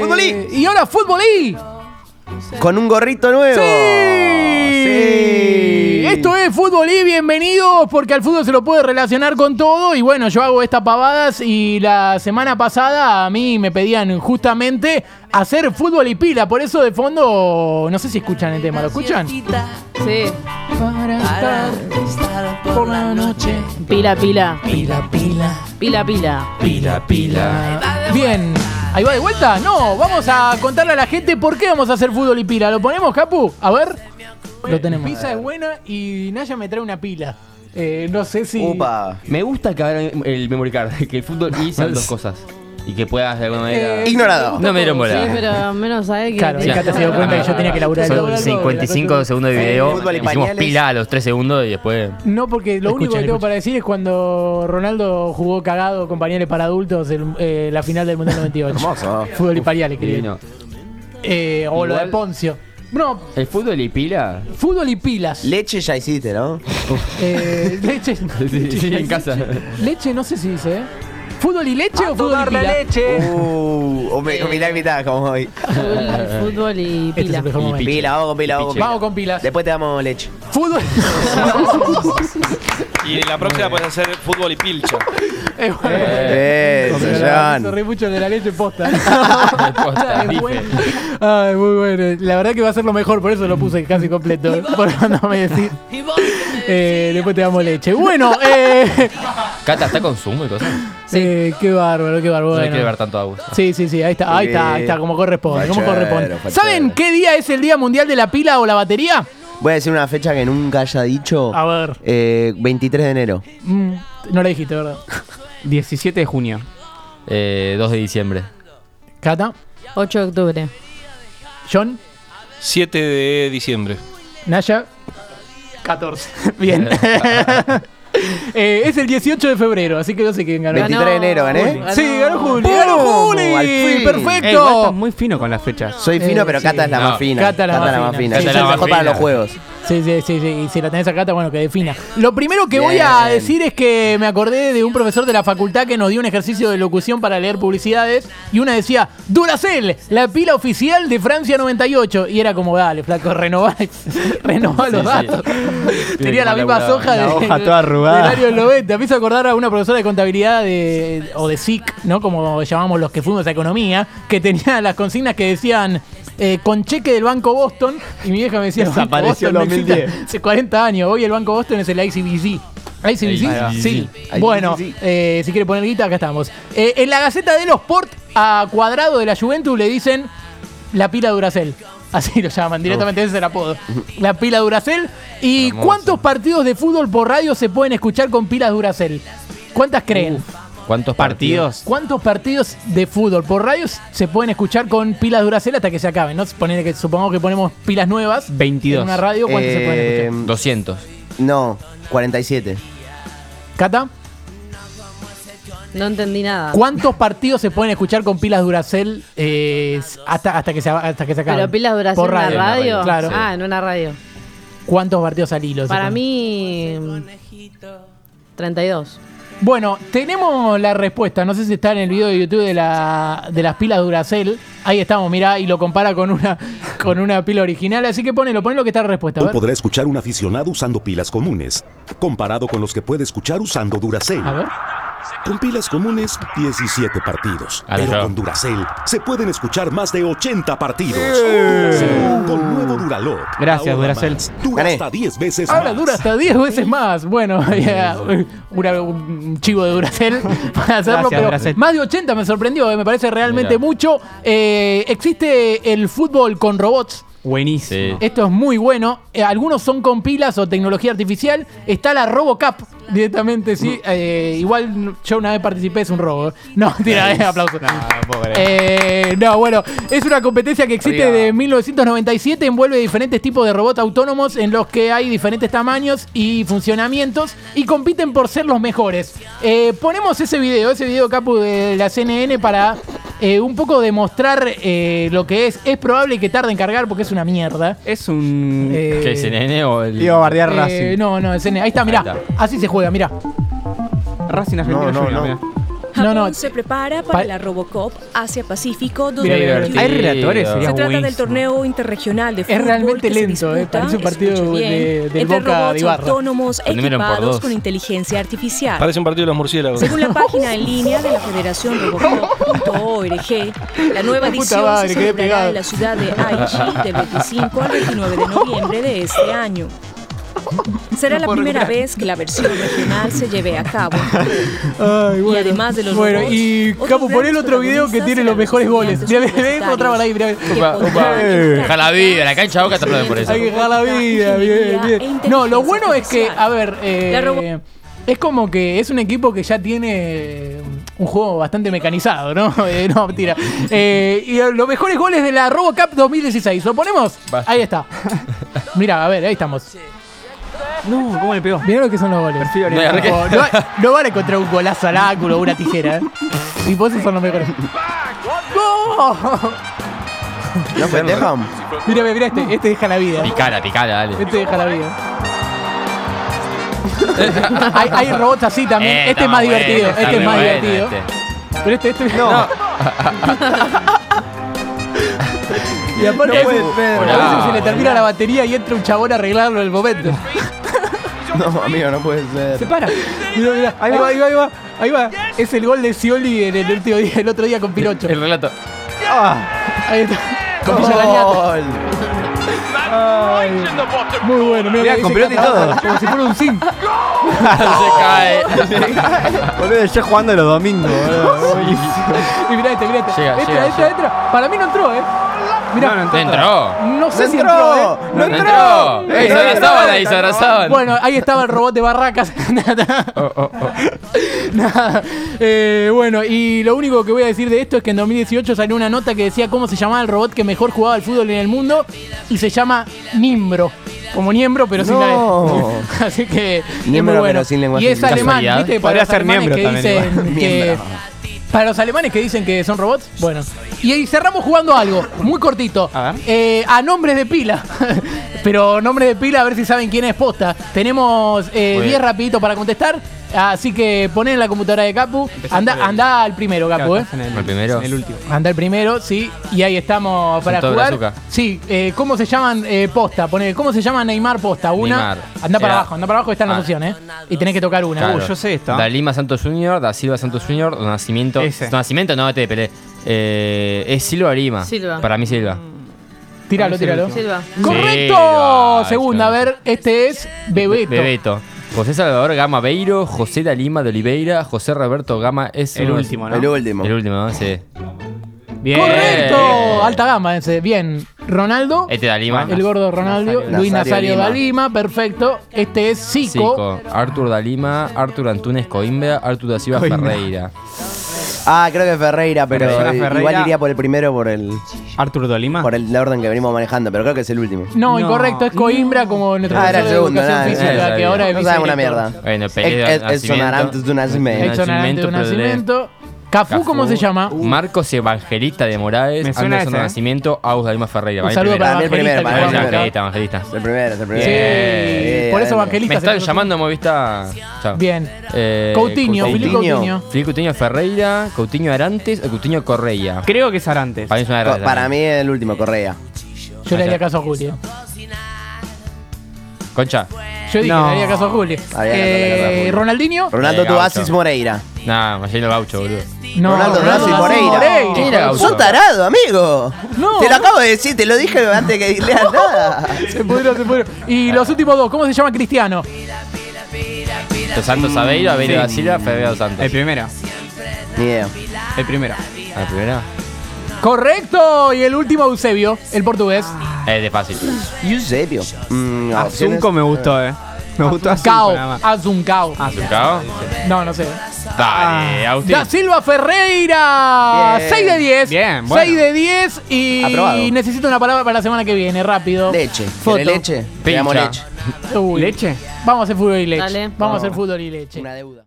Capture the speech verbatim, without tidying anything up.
Fútbol I. Y ahora Fútbol I. Con un gorrito nuevo. ¡Sí! Sí. Esto es Fútbol I, bienvenidos, porque al fútbol se lo puede relacionar con todo. Y bueno, yo hago estas pavadas y la semana pasada a mí me pedían justamente hacer fútbol y pila. Por eso de fondo, no sé si escuchan el tema, ¿lo escuchan? Sí. Para estar por la noche. Pila, pila. Pila, pila. Pila, pila. Pila, pila. Bien. ¿Ahí va de vuelta? No, vamos a contarle a la gente por qué vamos a hacer fútbol y pila. ¿Lo ponemos, Capu? A ver. Lo tenemos. Pizza es buena y Naya me trae una pila. Eh, no sé si... Upa. Me gusta que haga el memory card, que el fútbol y sean dos cosas. Y que puedas de alguna manera... Eh, Ignorado. No me dieron bola. Sí, pero menos sabe que... Claro, que- sí, Cata se dio cuenta que yo tenía que laburar el Son doble. cincuenta y cinco segundos de video. Fútbol y Hicimos pañales. pila a los tres segundos y después... No, porque lo Escuchen, único que tengo escuchen. para decir es cuando Ronaldo jugó cagado con pañales para adultos en eh, la final del Mundial noventa y ocho. Hermoso. Fútbol y pañales, querido. Divino. Eh, o lo de Igual- Poncio. No, El fútbol y pila... fútbol y pilas. Leche ya hiciste, ¿no? Eh, leche. Sí, en casa. Leche, no sé si dice, ¿eh? ¿Fútbol y leche o fútbol y pila? Uh, o me, o mitad y mitad, como hoy. Fútbol, fútbol y Este es pila. el mejor Y momento. Pila, vamos con pila, vamos con pila. Vamos con pilas. Después te damos leche. Fútbol. Y la próxima puedes hacer fútbol y pilcha. Eh, bueno. Eso, Se Jan. ríe mucho de la leche posta. Posta, Ay, bife. bueno. Ay, muy bueno. La verdad que va a ser lo mejor, por eso lo puse casi completo. Por cuando me decís. Eh, después te damos leche. Bueno, eh, Cata, ¿está consumo y cosas? eh, qué bárbaro, qué bárbaro. No hay Bueno. que beber tanto agua. Sí, sí, sí, ahí está, ahí está, ahí está, como corresponde, como Fachero, corresponde. fachero. ¿Saben qué día es el Día Mundial de la Pila o la Batería? Voy a decir una fecha que nunca haya dicho. A ver, Eh, veintitrés de enero. mm, no la dijiste, ¿verdad? diecisiete de junio. Eh, dos de diciembre. Cata, ocho de octubre. John, siete de diciembre. Naya, catorce. Bien. Eh, es el dieciocho de febrero, así que no sé quién ganó. Ganó- veintitrés de enero, ¿gané? Ganó- Sí, ganó Juli, ¡Pum! ganó Juli. Al fin. Eh, igual Perfecto. estás muy fino con las fechas. Soy fino, Eh, pero sí. Cata es la No, más fina. Cata la más fina. Yo Sí, soy sí, el la mejor más para fina. los juegos. Sí, sí, sí, sí. Y si la tenés a Cata, bueno, que defina. Lo primero que voy a Bien. decir es que me acordé de un profesor de la facultad que nos dio un ejercicio de locución para leer publicidades y una decía, Duracell, la pila oficial de Francia noventa y ocho. Y era como, dale, flaco, renová, renová los Sí, datos. Tenía la cómo misma laburaba. hoja de, La hoja toda arrugada. del año noventa. Me hizo acordar a una profesora de contabilidad de, o de S I C, ¿no? Como llamamos los que fuimos a economía, que tenía las consignas que decían eh, con cheque del Banco Boston. Y mi vieja me decía, el Banco Desapareció Boston no en dos mil diez. existe hace cuarenta años. Hoy el Banco Boston es el I C B C. ¿I C B C? Ahí va. Sí. Ahí Bueno, sí, sí. eh, si quiere poner guita, acá estamos. Eh, en la Gaceta de los Sport, a Cuadrado de la Juventus le dicen la pila Duracell. Así lo llaman, directamente ese es el apodo. La pila Duracell. ¿Y Hermoso. cuántos partidos de fútbol por radio se pueden escuchar con pilas Duracell? ¿Cuántas creen? ¿Cuántos Partidos. ¿Cuántos partidos de fútbol por radio se pueden escuchar con pilas Duracell hasta que se acaben? ¿No? Ponele que supongamos que ponemos pilas nuevas veintidós. en una radio, ¿cuántos se pueden Eh, escuchar? doscientos. No, cuarenta y siete. ¿Cata? No entendí nada. ¿Cuántos partidos se pueden escuchar con pilas Duracell eh, hasta, hasta, que se, hasta que se acaben? Pero pilas duración Por en la radio. radio. Claro. Ah, en una radio. ¿Cuántos partidos al hilo? se Para ponen? mí. treinta y dos. Bueno, tenemos la respuesta. No sé si está en el video de YouTube de, la, de las pilas Duracell. Ahí estamos, mirá, y lo compara con una, con una pila original. Así que ponelo, ponelo que está la respuesta. A Hoy ver. podrá escuchar un aficionado usando pilas comunes, comparado con los que puede escuchar usando Duracell. A ver. Con pilas comunes, diecisiete partidos. A ver, Pero yo. con Duracell se pueden escuchar más de ochenta partidos. Duracell, con nuevo Duralock. Gracias, Ahorra Duracell. más, Dura Gané. hasta diez veces Ahora más. dura hasta diez veces más. Bueno, ya, una- un chivo de Duracell para hacerlo, Gracias, pero Duracell. más de ochenta me sorprendió, eh, me parece realmente Mirá. mucho. Eh, existe el fútbol con robots. Buenísimo. Sí. Esto es muy bueno. Eh, algunos son con pilas o tecnología artificial. Está la RoboCup directamente, sí. Eh, igual yo una vez participé, es un robo. No, tira, eh, aplauso. No, no puedo creer. Eh, no, bueno, es una competencia que existe Arriba. de mil novecientos noventa y siete, envuelve diferentes tipos de robots autónomos en los que hay diferentes tamaños y funcionamientos y compiten por ser los mejores. Eh, ponemos ese video, ese video, Capu, de la C N N para eh, un poco demostrar eh, lo que es. Es probable que tarde en cargar porque es una mierda. Es un. Eh, ¿Qué es C N N o el...? Iba a bardear eh, Racing. no, no, es C N N. Ahí está, mirá. Ahí está. Así se juega, mirá. Racing Argentino No, no, Junior, no. mirá. No, no. se prepara para Pa- la Robocop Asia-Pacífico Mira, mira, dos mil veintiuno. Hay relatores, sería Se trata del buenísimo. torneo interregional de Es fútbol realmente que se lento, eh, disputa, parece un partido escuche bien, de- del entre Boca de robots Ibarra. autónomos Ponémelo por equipados dos. con inteligencia artificial. Parece un partido de los murciélagos. Según la página en línea de la Federación Robocop punto org, la nueva Puta edición madre, se quedé celebrará pegado. en la ciudad de Aichi del veinticinco al veintinueve de noviembre de este año. Será la primera vez que la versión regional se lleve a cabo. Ay, bueno. Y además de los Bueno, robots, y otros Capu, pon el grandes otro video que protagonistas tiene serán los mejores los goles. Mira, estudiantes ve otra vez ahí, mira. que Upa, pondrán upa. en Deja la vida, la cancha Boca te aplauden por eso. Hay que dejar la vida, bien, bien. No, lo bueno es que, a ver, eh, La robo- es como que es un equipo que ya tiene un juego bastante mecanizado, ¿no? Eh, no, mentira. Eh, y los mejores goles de la RoboCup dos mil dieciséis. ¿Lo ponemos? Basta. Ahí está. Mira, a ver, ahí estamos. No, ¿cómo le pegó? Mirá lo que son los goles. Perfil No, oriental. No, no, va- no vale contra un golazo al ángulo o una tijera, ¿eh? Y vos esos son los mejores. ¡No! ¿No festejan? Mira, mira, este, este deja la vida. Picala, picala, dale. Este deja la vida. hay, hay robots así también. Eh, este está es más bueno, divertido. está Este es re más bueno, divertido. este. Pero este, este no. Y aparte, No puede a veces- ser. a veces se le Hola. termina la batería y entra un chabón a arreglarlo en el momento. No, amigo, no puede Se ser. para. Mira, mira. Ahí va, ahí va, ahí va. Ahí va. Es el gol de Scioli en el, último día, el otro día con Pinocho. El relato. Ahí está. Con Villalañata. Gol. Ay, muy bueno. Mira, Mirá, que con dice pelota y todo. Como si fuera un sim. Se cae. Boludo, yo jugando los domingos, boludo. Y mirá este, mirá este. Llega, entra, llega, entra, llega. entra. Para mí no entró, ¿eh? Mirá. No, no Entró. No sé ¡No si entró! entró, ¿eh? ¡No No entró! entró. Ey, se abrazaban ahí, se abrazaban. Bueno, ahí estaba el robot de Barracas. Oh, oh, oh. Nada. Eh, bueno, y lo único que voy a decir de esto es que en dos mil dieciocho salió una nota que decía cómo se llamaba el robot que mejor jugaba al fútbol en el mundo y se llama Nimbro. Como Niembro, pero sin la No. E. Así que es Niembro, muy bueno. pero sin lenguaje Y es inclusivo. alemán, Casualidad. ¿viste? Para Podría los ser alemanes miembro que también dicen que Miembro. para los alemanes que dicen que son robots, bueno. Y ahí cerramos jugando algo, muy cortito. A ver. Eh, a nombres de pila. Pero nombres de pila, a ver si saben quién es posta. Tenemos eh, Muy diez bien. rapiditos para contestar. Así que ponen en la computadora de Capu. Anda, por el- anda al primero, Capu, ¿eh? En el, ¿El primero? en el último. Anda el primero, sí. Y ahí estamos para todo jugar. brazuca. Sí, eh, ¿cómo se llaman eh, posta? Poné, ¿cómo se llama Neymar posta? Una. Neymar. Anda para Era- abajo, anda para abajo, están las Ah. opciones, ¿eh? Y tenés que tocar una. Claro. Uh, yo sé esto. Da Lima Santos Junior, Da Silva Santos Junior, Don Nacimiento. Ese. Don Nacimiento no te peleé. Eh, es Silva o Lima. Silva. Para mí Silva. Tíralo, tíralo. Silva. ¡Correcto! Silva, Segunda, a claro. ver, este es Bebeto. Bebeto. José Salvador Gama Beiro, José da Lima de Oliveira, José Roberto Gama es El último, ¿no? El último. El último, ¿no? Sí. Bien. ¡Correcto! Eh. Alta gama ese. Bien. Ronaldo. Este da Lima. El gordo Ronaldo. Nazario. Luis Nazario Nazario Lima. da Lima. Perfecto. Este es Zico. Zico. Artur da Lima, Artur Antunes Coimbra, Artur da Silva Coimbra. Ferreira. Ah, creo que Ferreira, pero Ferreira, eh, Ferreira. igual iría por el primero por el Artur Dolima. por el orden que venimos manejando, pero creo que es el último. No, No. incorrecto. Es Coimbra como nuestro Ah, era el profesor de segundo, educación nada, física, nada, que sabía. ahora es No sabemos una vicedirector. mierda. Bueno, Es, Pelé es, es Nacimiento. Sonarantes de Nacimiento. Exonerante de un Nacimiento, nacimiento. Cafú, ¿cómo se llama? Marcos Evangelista de Moraes, Me suena Anderson ese, ¿eh? Nacimiento, Agus da Lima Ferreira. Un Va el saludo primero. para Para mí el primero, Evangelista. para mí el que primero. Evangelista, Evangelista. Es el primero, es el primero. Sí, Eh, por eso adentro. Evangelista. Me se están puso- llamando, Movista. Chao. Bien. Eh, Coutinho, Filipe Coutinho. Coutinho. Filipe Coutinho Ferreira, Coutinho Arantes o Coutinho Correia. Creo que es Arantes. Para mí es una Co- rara Para también. mí es el último, Correa. Yo le haría caso a Julio. Concha. Yo dije, No. le haría caso a Julio. Había que Eh, hacerle caso a Julio. Ronaldinho. Ronaldo Eh, Gaucho. Tuasis Moreira. Nah, Marcelo Gaucho, boludo. No, Ronaldo Tuasis Moreira. ¿Quién era Gaucho? ¡Sos tarado, amigo! No. Te lo acabo de decir, te lo dije antes que leas nada. Se pudrió, se pudrió. Y los últimos dos, ¿cómo se llama Cristiano? Dos Santos Aveiro, Aveiro da Silva, Ferreira dos Santos. El primero. Ni idea. El primero. ¿La primera? Correcto. Y el último, Eusebio, el portugués. Es de fácil. Eusebio. Mm, opciones. Azunco me gustó, eh. Me gustó Azunco Cao. nada más. Azuncao. ¿Zuncao? No, no sé. Dale, Agustín. Da Silva Ferreira. Bien. seis de diez. Bien, bueno. seis de diez. Y Aprobado. necesito una palabra para la semana que viene, rápido. Leche. Foto. ¿Querés leche? Te llamo Pincha. leche. Uy. ¿Leche? Vamos a hacer fútbol y leche. Dale. Vamos a hacer fútbol y leche. Una deuda.